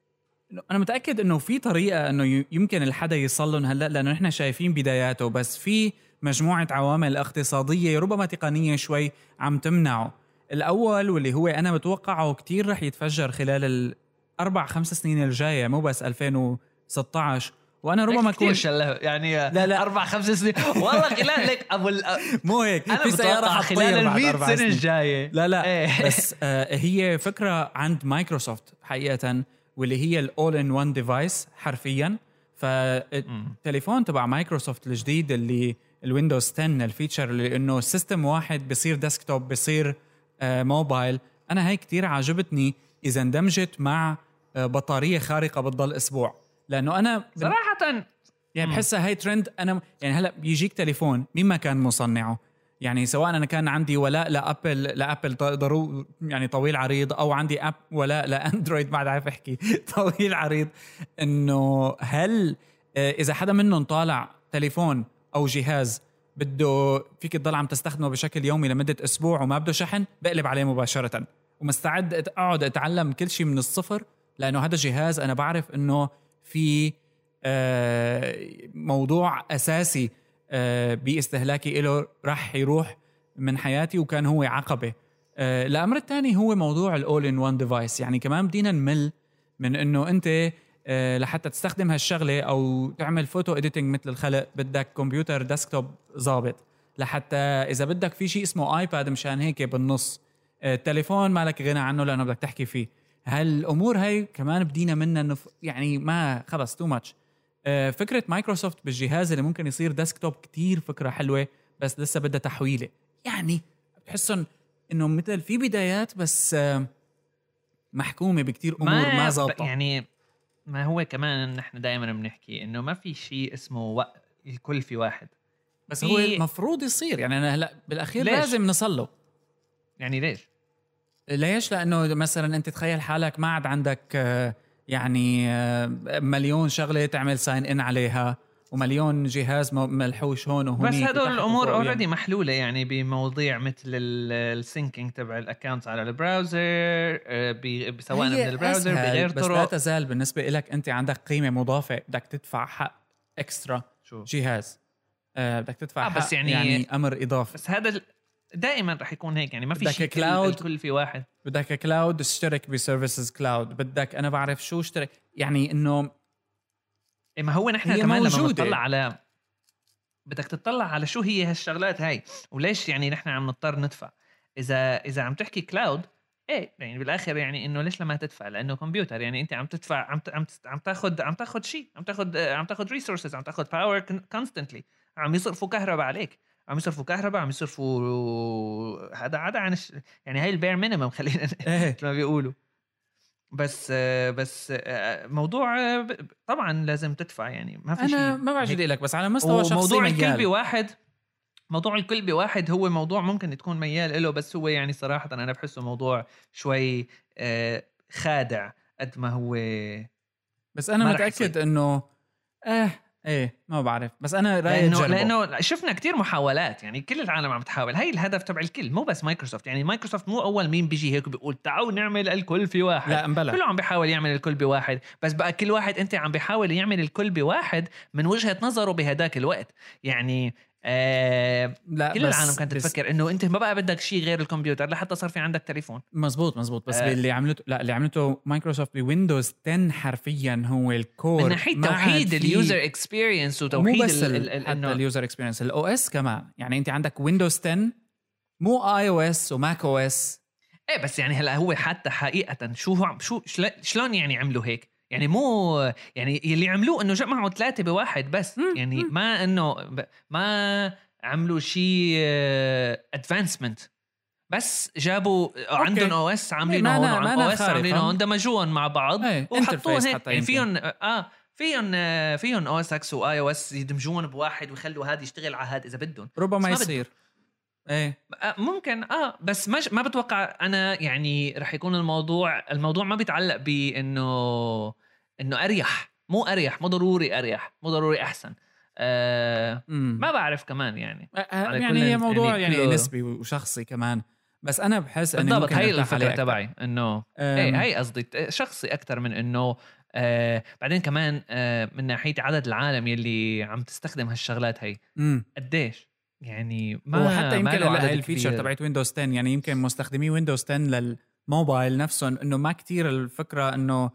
أنا متأكد إنه في طريقة إنه يمكن الحدا يصلن هلأ، لأنه نحن شايفين بداياته، بس في مجموعة عوامل اقتصادية ربما تقنية شوي عم تمنعه. الأول واللي هو أنا متوقعه كتير رح يتفجر خلال الأربع خمس سنين الجاية، مو بس ألفين وستطعش. وأنا ربما كتير شله يعني لا لا أربع خمس سنين والله خلال لك أبو مو هيك في سيارة خلال المئة سنة الجاية. لا لا ايه. بس آه هي فكرة عند مايكروسوفت حقيقة، واللي هي الأول إن وان ديفايس حرفياً. فالتليفون تبع مايكروسوفت الجديد اللي الويندوز عشرة الفيتشر اللي إنه سيستم واحد بيصير ديسكتوب بيصير آه موبايل، أنا هاي كتير عجبتني إذا اندمجت مع آه بطارية خارقة بتضل أسبوع. لأنه أنا صراحة يعني بحسها هاي ترند. أنا يعني هلأ بيجيك تليفون مين ما كان مصنعه، يعني سواء أنا كان عندي ولاء لأبل لأبل ضروري يعني طويل عريض، أو عندي أب ولاء لأندرويد بعد عارف أحكي طويل عريض، إنه هل إذا حدا منهم طالع تليفون أو جهاز بده فيك تضل عم تستخدمه بشكل يومي لمدة أسبوع وما بده شحن، بقلب عليه مباشرة ومستعد أقعد أتعلم كل شيء من الصفر، لأنه هذا جهاز أنا بعرف إنه في موضوع أساسي باستهلاكي له راح يروح من حياتي وكان هو عقبة. الأمر الثاني هو موضوع الأول إن وان ديفايس. يعني كمان بدينا نمل من إنه أنت لحتى تستخدم هالشغلة أو تعمل فوتو إديتنج مثل الخلق بدك كمبيوتر ديسكتوب ضابط، لحتى إذا بدك في شيء اسمه آيباد مشان هيك بالنص، التليفون مالك غنى عنه لأنه بدك تحكي فيه. هالأمور هاي كمان بدينا منها إنه يعني ما خلص تو ماتش. فكرة مايكروسوفت بالجهاز اللي ممكن يصير ديسكتوب كتير فكرة حلوة، بس لسه بدها تحويلة. يعني بحسن إنه مثل في بدايات بس محكومة بكتير أمور ما, ما زابطة. يعني ما هو كمان نحن دائما بنحكي إنه ما في شيء اسمه و... الكل في واحد، بس هو المفروض يصير. يعني أنا هلأ بالأخير ليش؟ لازم نصله. يعني ليش؟ ليش؟ لأنه مثلا أنت تخيل حالك ما عاد عندك يعني مليون شغلة تعمل ساين إن عليها ومليون جهاز ملحوش هون وهونيك، بس هدول الأمور أوريدي محلولة يعني بمواضيع مثل السينكينج تبع الأكاونتس على البراوزر، سواء من البراوزر بغير طرق. بس لا تزال بالنسبة إلك أنت عندك قيمة مضافة، بدك تدفع حق إكسترا شو؟ جهاز أه بدك تدفع آه حق بس يعني, يعني أمر إضافي. بس هذا دائما رح يكون هيك، يعني ما في شيء كلاود الكل في واحد. بدك كلاود اشترك بسيرفيسز كلاود، بدك أنا بعرف شو اشترك، يعني إنه ما هو نحن كمان لما نطلع على بدك تطلع على شو هي هالشغلات هاي وليش يعني نحن عم نضطر ندفع. إذا إذا عم تحكي كلاود إيه يعني بالآخر يعني إنه ليش لما تدفع؟ لأنه كمبيوتر، يعني أنت عم تدفع عم عم عم تاخد عم تاخد شيء، عم تاخد عم تاخد ريسورسز، عم تاخد باور كونستنتلي، عم يصرفوا كهرباء عليك، عم يصرفوا كهرباء، عم يصرفوا هذا عدا عن الش... يعني هاي البير مينيمم خلينا مثل ما بيقولوا. بس بس موضوع طبعا لازم تدفع، يعني ما في شيء. انا ما بعجد لك، بس على مستوى شخصي موضوع الكل بواحد موضوع الكل بواحد هو موضوع ممكن تكون ميال له، بس هو يعني صراحة أنا بحسه موضوع شوي خادع قد ما هو. بس أنا متأكد إنه آه ايه ما بعرف، بس انا رايي لانه لانه شفنا كتير محاولات، يعني كل العالم عم تحاول. هاي الهدف تبع الكل، مو بس مايكروسوفت. يعني مايكروسوفت مو اول مين بيجي هيك بيقول تعالوا نعمل الكل في واحد. لا مبلا. كله عم بيحاول يعمل الكل بواحد، بس بقى كل واحد انت عم بيحاول يعمل الكل بواحد من وجهة نظره بهداك الوقت. يعني آه لا كل العالم كانت تفكر انه انت ما بقى بدك شيء غير الكمبيوتر لحتى صار في عندك تليفون. مزبوط مزبوط بس آه اللي عملته لا اللي عملته مايكروسوفت بويندوز عشرة حرفيا هو الكور من ناحيه توحيد اليوزر اكسبيرينس وتوحيد حتى اليوزر اكسبيرينس الاو اس كمان. يعني انت عندك ويندوز عشرة مو اي او اس وماك او اس. ايه بس يعني هلا هو حتى حقيقه شو شو شلون يعني عملوا هيك؟ يعني مو يعني اللي عملوه انه جمعوا ثلاثه بواحد بس. م- يعني م- ما انه ما عملوا شيء ادفانسمنت، بس جابوا عندهم او اس عاملينه هون وعن او اس عاملينه هون، دمجوهم مع بعض وحطوهم هيك. يعني فيهم اه فيهم آه فيهم او اس اكس واي او اس يدمجون بواحد ويخلوا هذا يشتغل على هذا اذا بدهم. ربما يصير ايه ممكن اه بس ما ما بتوقع انا يعني رح يكون الموضوع الموضوع ما بيتعلق بانه انه اريح، مو اريح، مو ضروري اريح، مو ضروري احسن. آه ما بعرف كمان يعني آه يعني هي موضوع يعني, يعني نسبي وشخصي كمان. بس انا بحس انه بالضبط هاي الفكره تبعي انه ايه هاي قصدي شخصي اكثر من انه آه بعدين كمان آه من ناحيه عدد العالم يلي عم تستخدم هالشغلات هي قديش. يعني ما وحتى يمكن هاي الفيتشر تبعت ويندوز عشرة يعني يمكن مستخدمي ويندوز عشرة للموبايل نفسهم انه ما كتير الفكره انه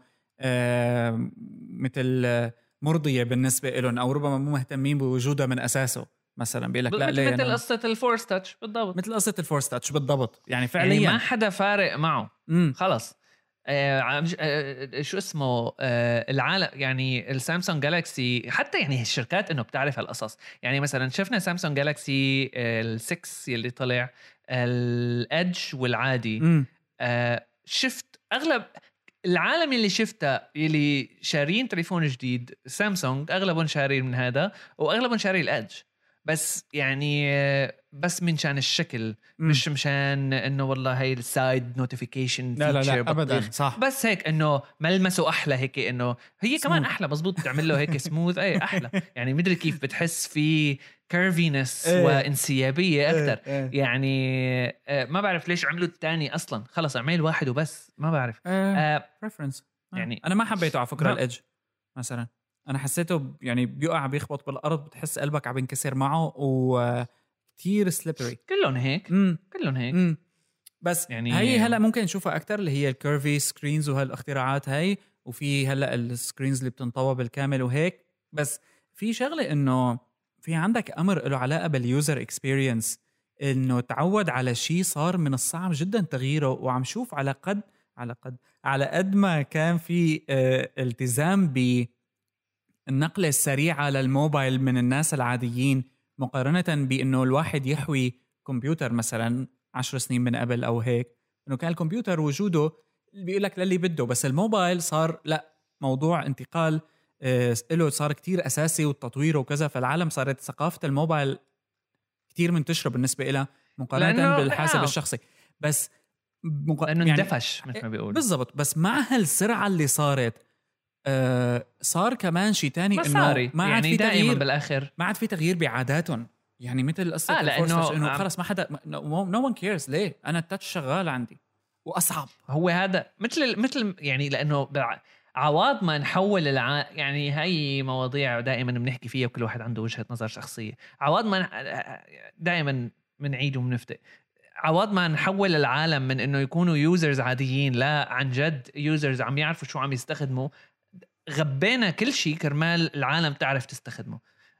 آه مثل مرضيه بالنسبه لهم، او ربما مو مهتمين بوجودها من اساسه. مثلا بيقول لك لا ليه مثل قصه الفورس تاتش بالضبط، مثل قصه الفورس تاتش بالضبط. يعني فعليا يعني ما حدا فارق معه خلص. آه شو اسمه آه العالم يعني السامسونج جالاكسي حتى يعني الشركات انه بتعرف هالقصص. يعني مثلا شفنا سامسونج جالاكسي السكس يلي طلع الادج والعادي. آه شفت اغلب العالم اللي شفتها يلي شارين تليفون جديد سامسونج اغلبهم شارين من هذا واغلبهم شارين الادج، بس يعني بس من شان الشكل م. مش مشان انه والله هي السايد نوتيفيكيشن لا لا لا ابدا صح. بس هيك انه ملمسه احلى هيك انه هي سموث. كمان احلى مزبوط تعمل له هيك سموث اي احلى. يعني مدري كيف بتحس في كيرفينس ايه. وانسيابيه اكثر ايه. ايه. يعني ما بعرف ليش عملوا الثاني اصلا، خلص اعمل واحد وبس ما بعرف ايه. آه. preference. يعني انا ما حبيته على فكره الادج مثلا. انا حسيته يعني بيقع بيخبط بالارض بتحس قلبك عم ينكسر معه وكتير سليبري. كلهم هيك مم. كلهم هيك مم. بس يعني هي هلا ممكن نشوفها اكثر اللي هي الكيرفي سكرينز وهالاختراعات هاي، وفي هلا السكرينز اللي بتنطوى بالكامل وهيك. بس في شغله انه في عندك امر له علاقه باليوزر اكسبيرينس، انه تعود على شيء صار من الصعب جدا تغييره. وعم شوف على قد على قد على قد ما كان في اه التزام بالنقله السريعه للموبايل من الناس العاديين مقارنه بانه الواحد يحوي كمبيوتر مثلا عشر سنين من قبل او هيك، انه كان الكمبيوتر وجوده بيقول لك للي بده. بس الموبايل صار لا، موضوع انتقال اه له صار كتير اساسي والتطوير وكذا. فالعالم صارت ثقافه الموبايل كتير منتشره بالنسبه لها مقارنه بالحاسب آه. الشخصي. بس مق... لانه يعني اندفش مثل ما بيقولوا. بالضبط. بس مع هالسرعه اللي صارت آه صار كمان شيء تاني انه ما عاد يعني في تغيير بالاخر، ما عاد في تغيير بعاداتهم. يعني مثل قصه آه لانه انه خلص ما حدا نو ون كيرز. ليه؟ انا التاتش شغال عندي واصعب. هو هذا مثل مثل يعني لانه عوض ما نحول الع... يعني هاي مواضيع دائما بنحكي فيها وكل واحد عنده وجهه نظر شخصيه. عوض ما دائما بنعيد وبنفتق، عوض ما نحول العالم من انه يكونوا يوزرز عاديين لا عن جد يوزرز عم يعرفوا شو عم يستخدموا، غبينا كل شيء كرمال العالم تعرف تستخدمه.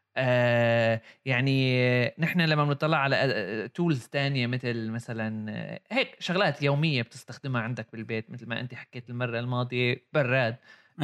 آه يعني نحن لما بنطلع على تولز تانية مثل مثلا هيك شغلات يومية بتستخدمها عندك بالبيت، مثل ما انت حكيت المرة الماضية براد،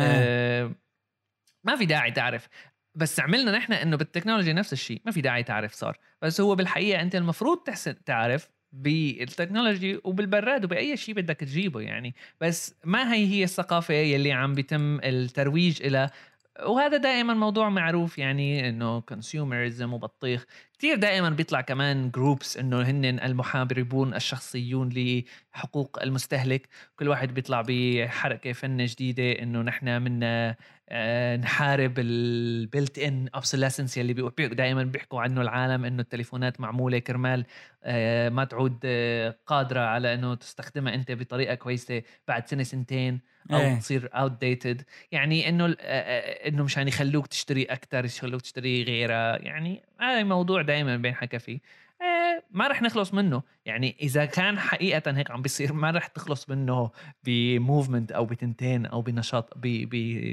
آه ما في داعي تعرف. بس عملنا نحن انه بالتكنولوجيا نفس الشيء، ما في داعي تعرف صار. بس هو بالحقيقة انت المفروض تحسن تعرف بالتكنولوجي وبالبراد وبأي شيء بدك تجيبه يعني. بس ما هي هي الثقافة يلي عم بيتم الترويج إلى، وهذا دائما موضوع معروف يعني انه كونسيومرزم وبطيخ كتير. دائما بيطلع كمان جروبس انه هن المحاربون الشخصيون لحقوق المستهلك، كل واحد بيطلع بحركة فن جديدة انه نحن من آه نحارب البيلت ان obsolescence يلي بيقول دائما بيحكوا عنه العالم انه التليفونات معمولة كرمال آه ما تعود آه قادرة على انه تستخدمها انت بطريقة كويسة بعد سنة سنتين او ايه. تصير outdated. يعني انه انه مشان يخلوك تشتري اكثر يخلوك تشتري غيرها. يعني هذا موضوع دائما بينحكى فيه، اه ما رح نخلص منه. يعني اذا كان حقيقه هيك عم بيصير ما رح تخلص منه بموفمنت او بتنتين او بنشاط ب ب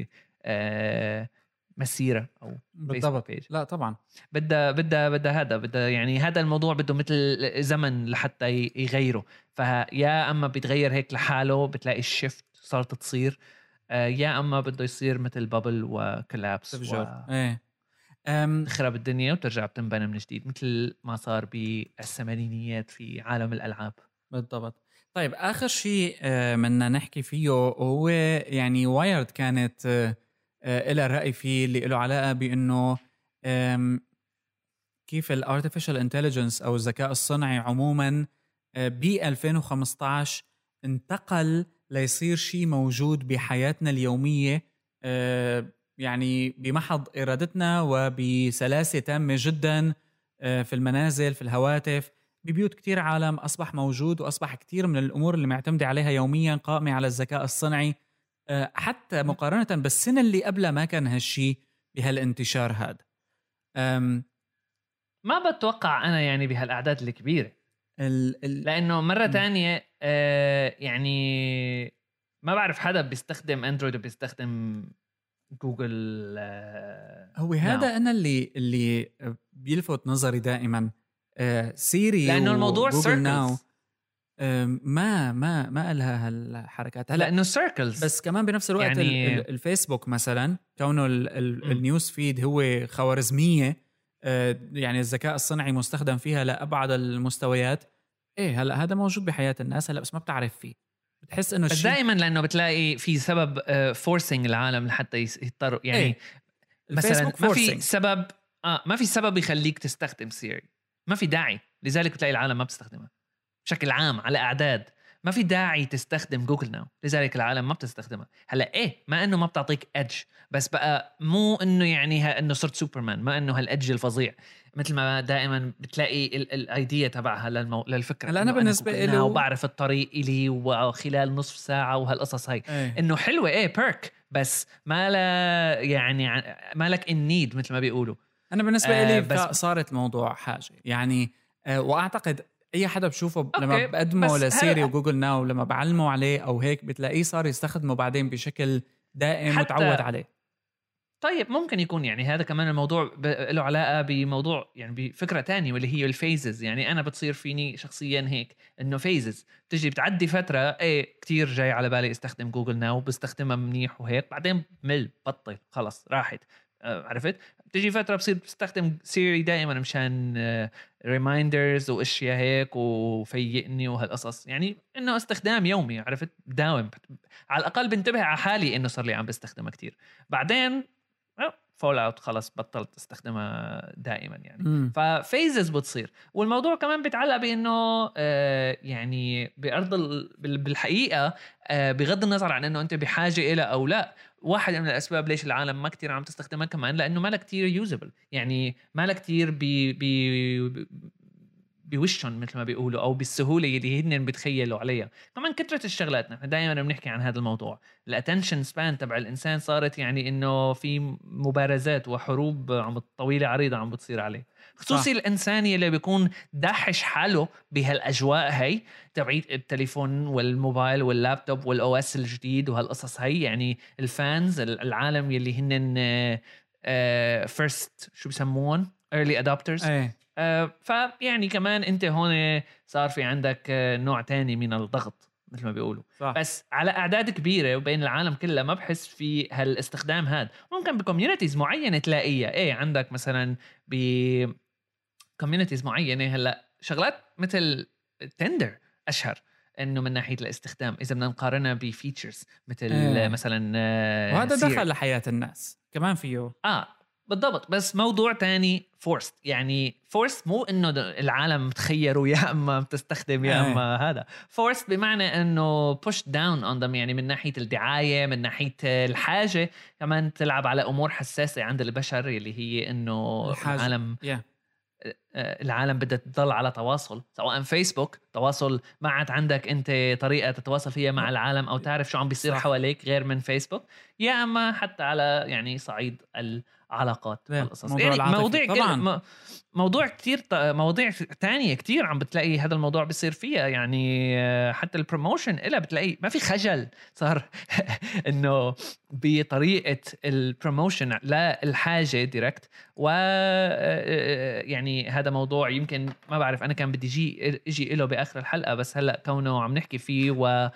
اه مسيره او بالضبط. لا طبعا بدها بدها بدها هذا بدها يعني هذا الموضوع بده مثل زمن لحتى يغيره. فيا اما بيتغير هيك لحاله بتلاقي الشيفت صارت تصير، يا اما بده يصير مثل بابل وكولابس و... ايه تخرب الدنيا وترجع بتنبنى من جديد مثل ما صار بالثمانينيات في عالم الالعاب. بالضبط. طيب اخر شيء بدنا نحكي فيه هو يعني وايرد كانت إلى رأي فيه اللي له علاقه بانه كيف الارتفيشال انتليجنس او الذكاء الصنعي عموما ب ألفين وخمسطعش انتقل ليصير شيء موجود بحياتنا اليومية يعني بمحض إرادتنا وبسلاسة تامة جدا في المنازل في الهواتف ببيوت كتير عالم أصبح موجود، وأصبح كتير من الأمور اللي معتمدة عليها يوميا قائمة على الذكاء الصنعي. حتى مقارنة بالسنة اللي قبلها ما كان هالشي بهالانتشار هذا. ما بتوقع أنا يعني بهالأعداد الكبيرة ال ال لأنه مرة تانية آه يعني ما بعرف حدا بيستخدم أندرويد وبيستخدم جوجل آه هو هذا أنا اللي اللي بيلفت نظري دائما آه سيري لأنه الموضوع جوجل ناو آه ما ما ما لها هالحركات هلا لأنه سيركلز. بس كمان بنفس الوقت يعني الفيسبوك مثلا كونه النيوز فيد هو خوارزمية آه يعني الذكاء الصنعي مستخدم فيها لأبعد المستويات. ايه هلا هذا موجود بحياة الناس هلا بس ما بتعرف فيه، بتحس انه بس دائما لانه بتلاقي في سبب فورسينج العالم لحتى يضطروا يعني إيه؟ مثلا ما في سبب اه ما في سبب يخليك تستخدم سيري، ما في داعي. لذلك بتلاقي العالم ما بتستخدمها بشكل عام على اعداد. ما في داعي تستخدم جوجل ناو، لذلك العالم ما بتستخدمها. هلا ايه ما انه ما بتعطيك ادج، بس بقى مو انه يعني انه صرت سوبرمان، ما انه هالادج الفظيع مثل ما دائما بتلاقي الايديا تبعها للمو... للفكره. هلا انا بالنسبه له وبعرف الطريق الي وخلال نصف ساعه وهالقصص هاي ايه. انه حلوه ايه بيرك، بس ما لا يعني ما لك النيد مثل ما بيقولوا. انا بالنسبه آه لي بس صارت الموضوع حاجه يعني آه واعتقد اي حدا بشوفه لما بقدمه لسيري وجوجل ناو لما بعلمه عليه او هيك بتلاقيه صار يستخدمه بعدين بشكل دائم وتعود عليه. طيب ممكن يكون يعني هذا كمان الموضوع له علاقة بموضوع يعني بفكرة تانية واللي هي الفيزز. يعني أنا بتصير فيني شخصيا هيك إنه فيزز تجي بتعدي فترة إيه كتير جاي على بالي استخدم جوجل ناو بستخدمها منيح وهيك بعدين مل بطل خلص راحت. آه عرفت تجي فترة بصير بستخدم سيري دائما مشان آه ريمايندرز واشياء هيك وفيقني وهالقصص يعني انه استخدام يومي عرفت داوم على الاقل بنتبه على حالي انه صار لي عم بستخدمها كتير. بعدين فول اوت خلص بطلت استخدمها دائما يعني. ففيزز بتصير والموضوع كمان بيتعلق بانه آه يعني بارض بالحقيقه آه بغض النظر عن انه انت بحاجه إلى او لا. واحد من الاسباب ليش العالم ما كتير عم تستخدمها كمان لانه ما لها كتير يوزبل يعني ما لها كتير بي بي بوشهم مثل ما بيقولوا او بالسهوله اللي هن بتخيلوا عليها. كمان كثره الشغلات نحن دائما بنحكي عن هذا الموضوع. الاتنشن سبان تبع الانسان صارت يعني انه في مبارزات وحروب عم طويله عريضه عم بتصير عليه خصوصي الانساني اللي بيكون داحش حاله بهالاجواء هي تبعيت التليفون والموبايل واللابتوب والاو اس الجديد وهالقصص هي. يعني الفانز العالم يلي هن فيرست شو بسمون early adopters أي. آه فيعني كمان انت هون صار في عندك آه نوع تاني من الضغط مثل ما بيقولوا. صح. بس على اعداد كبيره وبين العالم كله ما بحس في هالاستخدام هذا. ممكن بكوميونيتيز معينه تلاقيها ايه عندك مثلا ب كوميونيتيز معينه هلا شغلات مثل تندر اشهر انه من ناحيه الاستخدام اذا بدنا نقارنها بفيتشرز مثل إيه. مثلا آه وهذا دخل لحياه الناس كمان فيه اه بالضبط. بس موضوع تاني فورست يعني فورست مو انه العالم تخيروا يا اما بتستخدم يا اما هذا فورست بمعنى انه push down on them يعني من ناحيه الدعايه من ناحيه الحاجه كمان تلعب على امور حساسه عند البشر اللي هي انه العالم yeah. العالم بدها تضل على تواصل سواء فيسبوك تواصل ما عاد عندك انت طريقه تتواصل فيها مع العالم او تعرف شو عم بيصير صح. حواليك غير من فيسبوك يا اما حتى على يعني صعيد العلاقات والقصص يعني مواضيع طبعا موضوع كتير مواضيع تانية كتير عم بتلاقي هذا الموضوع بيصير فيها يعني حتى البروموشن إلا بتلاقي ما في خجل صار انه بطريقة البروموشن لا الحاجة ديركت. و يعني هذا موضوع يمكن ما بعرف انا كان بدي اجي اجي له باخر الحلقة بس هلا كونه عم نحكي فيه و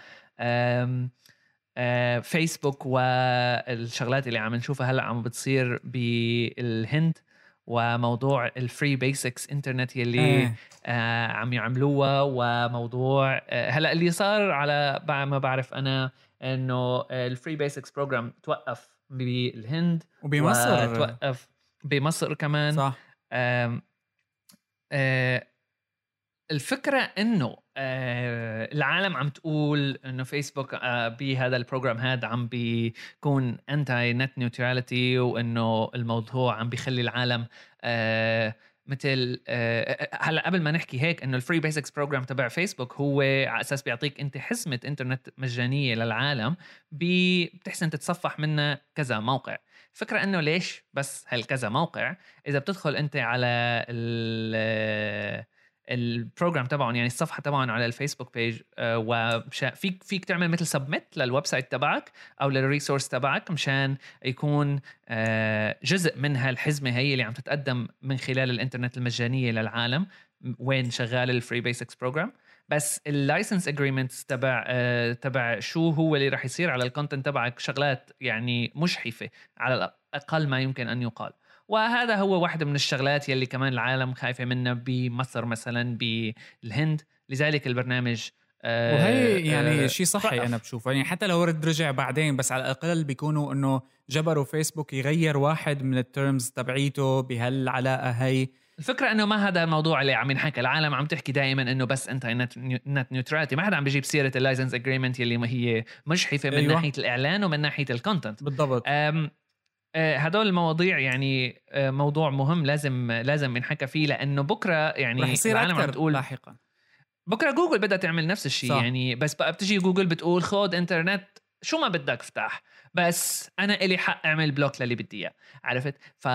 فيسبوك والشغلات اللي عم نشوفها هلا عم بتصير بالهند وموضوع الفري بيسكس انترنت يلي آه. آه عم يعملوها وموضوع آه هلا اللي صار على ما بعرف انا انه الفري بيسكس بروجرام توقف بالهند وبمصر توقف بمصر كمان صح. آه آه الفكرة انه آه العالم عم تقول انه فيسبوك آه بهذا البروجرام هذا عم بيكون انتي نت نيوتراليتي وانه الموضوع عم بيخلي العالم آه مثل آه هلا قبل ما نحكي هيك انه الفري بيسكس بروجرام تبع فيسبوك هو على اساس بيعطيك انت حزمة انترنت مجانية للعالم بتحسن تتصفح منها كذا موقع. فكرة انه ليش بس هالكذا موقع اذا بتدخل انت على ال البروجرام تبعهم يعني الصفحه تبعهم على الفيسبوك بيج آه وفيك فيك تعمل مثل سبميت للويب سايت تبعك او للريسورس تبعك مشان يكون آه جزء من هالحزمه هي اللي عم تتقدم من خلال الانترنت المجانيه للعالم وين شغال الفري بيسكس بروجرام. بس اللايسنس اجريمنتس تبع آه تبع شو هو اللي راح يصير على الكونتنت تبعك شغلات يعني مشحفه على الاقل ما يمكن ان يقال. وهذا هو واحدة من الشغلات يلي كمان العالم خايفة منها بمصر مثلا بالهند. لذلك البرنامج آه وهي يعني آه شيء صحي رأف. أنا بشوفه يعني حتى لو رد رجع بعدين بس على الأقل بيكونوا أنه جبروا فيسبوك يغير واحد من التيرمز تبعيته بهالعلاقة هي. الفكرة انه ما هذا الموضوع اللي عم ينحكى. العالم عم تحكي دائما انه بس انت نت نيوتراليتي ما حدا عم بيجيب سيرة اللايسنس اجريمنت يلي ما هي مشحفة من أيوة. ناحية الإعلان ومن ناحية الكونتنت بالضبط. هدول المواضيع يعني موضوع مهم لازم لازم ينحكى فيه لانه بكره يعني العالم عم تقول لاحقا بكره جوجل بدها تعمل نفس الشيء يعني بس بقى بتجي جوجل بتقول خود انترنت شو ما بدك افتح بس انا الي حق اعمل بلوك للي بدي اياه، عرفت؟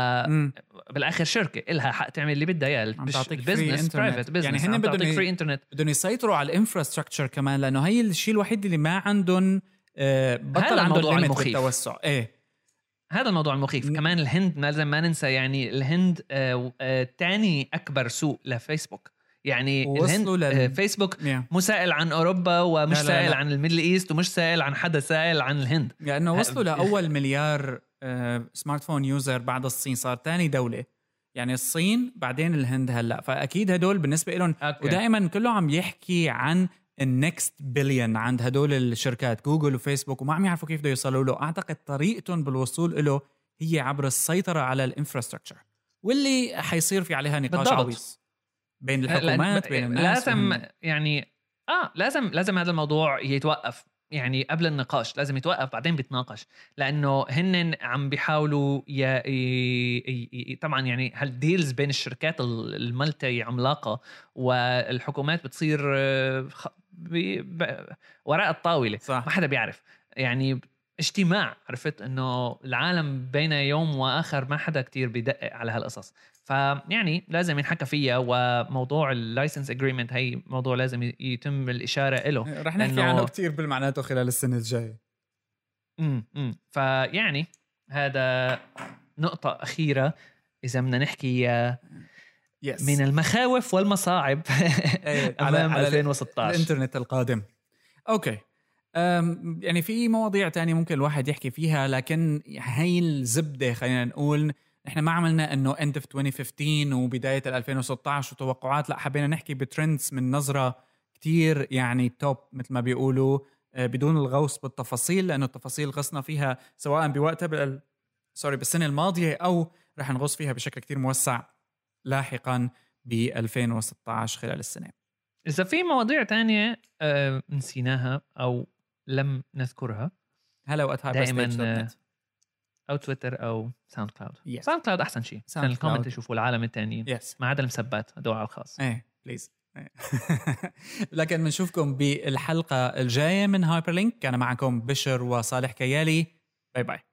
فبالاخر شركه الها حق تعمل اللي بدها اياه، البزنس برايفت بزنس، يعني هن بدهم فري انترنت، بدهم يسيطروا على الانفراستراكشر كمان، لانه هي الشيء الوحيد اللي ما عندهم بطل عندهم ليميت بالتوسع. ايه هذا الموضوع المخيف. كمان الهند لازم ما ننسى، يعني الهند آه آه تاني اكبر سوق لفيسبوك، يعني الهند لل... فيسبوك yeah. مسائل عن أوروبا ومش لا لا سائل لا. عن الميدل إيست ومش سائل عن حدا سائل عن الهند، لأنه يعني وصلوا لأول مليار سمارت فون يوزر بعد الصين، صار تاني دولة، يعني الصين بعدين الهند هلأ، فأكيد هدول بالنسبة لهم okay. ودائما كله عم يحكي عن النكست بليون عند هدول الشركات جوجل وفيسبوك، وما عم يعرفوا كيف بده يوصلوا له. أعتقد طريقتهم بالوصول له هي عبر السيطرة على الانفراستراكشر، واللي حيصير في عليها نقاش عويص بين الحكومات بين الناس. لازم وهم... يعني اه لازم لازم هذا الموضوع يتوقف، يعني قبل النقاش لازم يتوقف بعدين بيتناقش، لانه هن عم بيحاولوا ي... ي... ي... طبعا يعني هالديلز بين الشركات الملتي عملاقه والحكومات بتصير خ... ب... ب... وراء الطاوله، صح. ما حدا بيعرف، يعني اجتماع، عرفت انه العالم بين يوم واخر ما حدا كتير بيدقق على هالقصص، فيعني لازم ينحكى فيها. وموضوع اللايسنس اجريمنت هي موضوع لازم يتم الاشاره له، رح نحكي عنه كتير بالمعناته خلال السنه الجايه. امم امم فيعني هذا نقطه اخيره اذا بدنا نحكي yes. من المخاوف والمصاعب امام على ألفين وستة عشر الانترنت القادم. اوكي يعني في مواضيع تانية ممكن الواحد يحكي فيها، لكن هاي الزبدة خلينا نقول احنا ما عملنا انه end of twenty fifteen وبداية ألفين وستة عشر وتوقعات، لا حبينا نحكي بترندز من نظرة كتير يعني توب مثل ما بيقولوا، بدون الغوص بالتفاصيل، لأنه التفاصيل غصنا فيها سواء بوقتها بال... سوري بالسنة الماضية أو رح نغوص فيها بشكل كتير موسع لاحقا ب ألفين وستة عشر خلال السنة. إذا في مواضيع تانية آه نسيناها أو لم نذكرها، هلا وقت دائما أو تويتر أو ساوند كلاود. yes. ساوند كلاود أحسن شيء عشان الكومنت يشوفوا العالم التانيين. yes. ما عدا المثبات هدول على الخاص. ايه بليز. لكن بنشوفكم بالحلقة الجاية من هايبرلينك. كان معكم بشر وصالح كيالي. باي باي.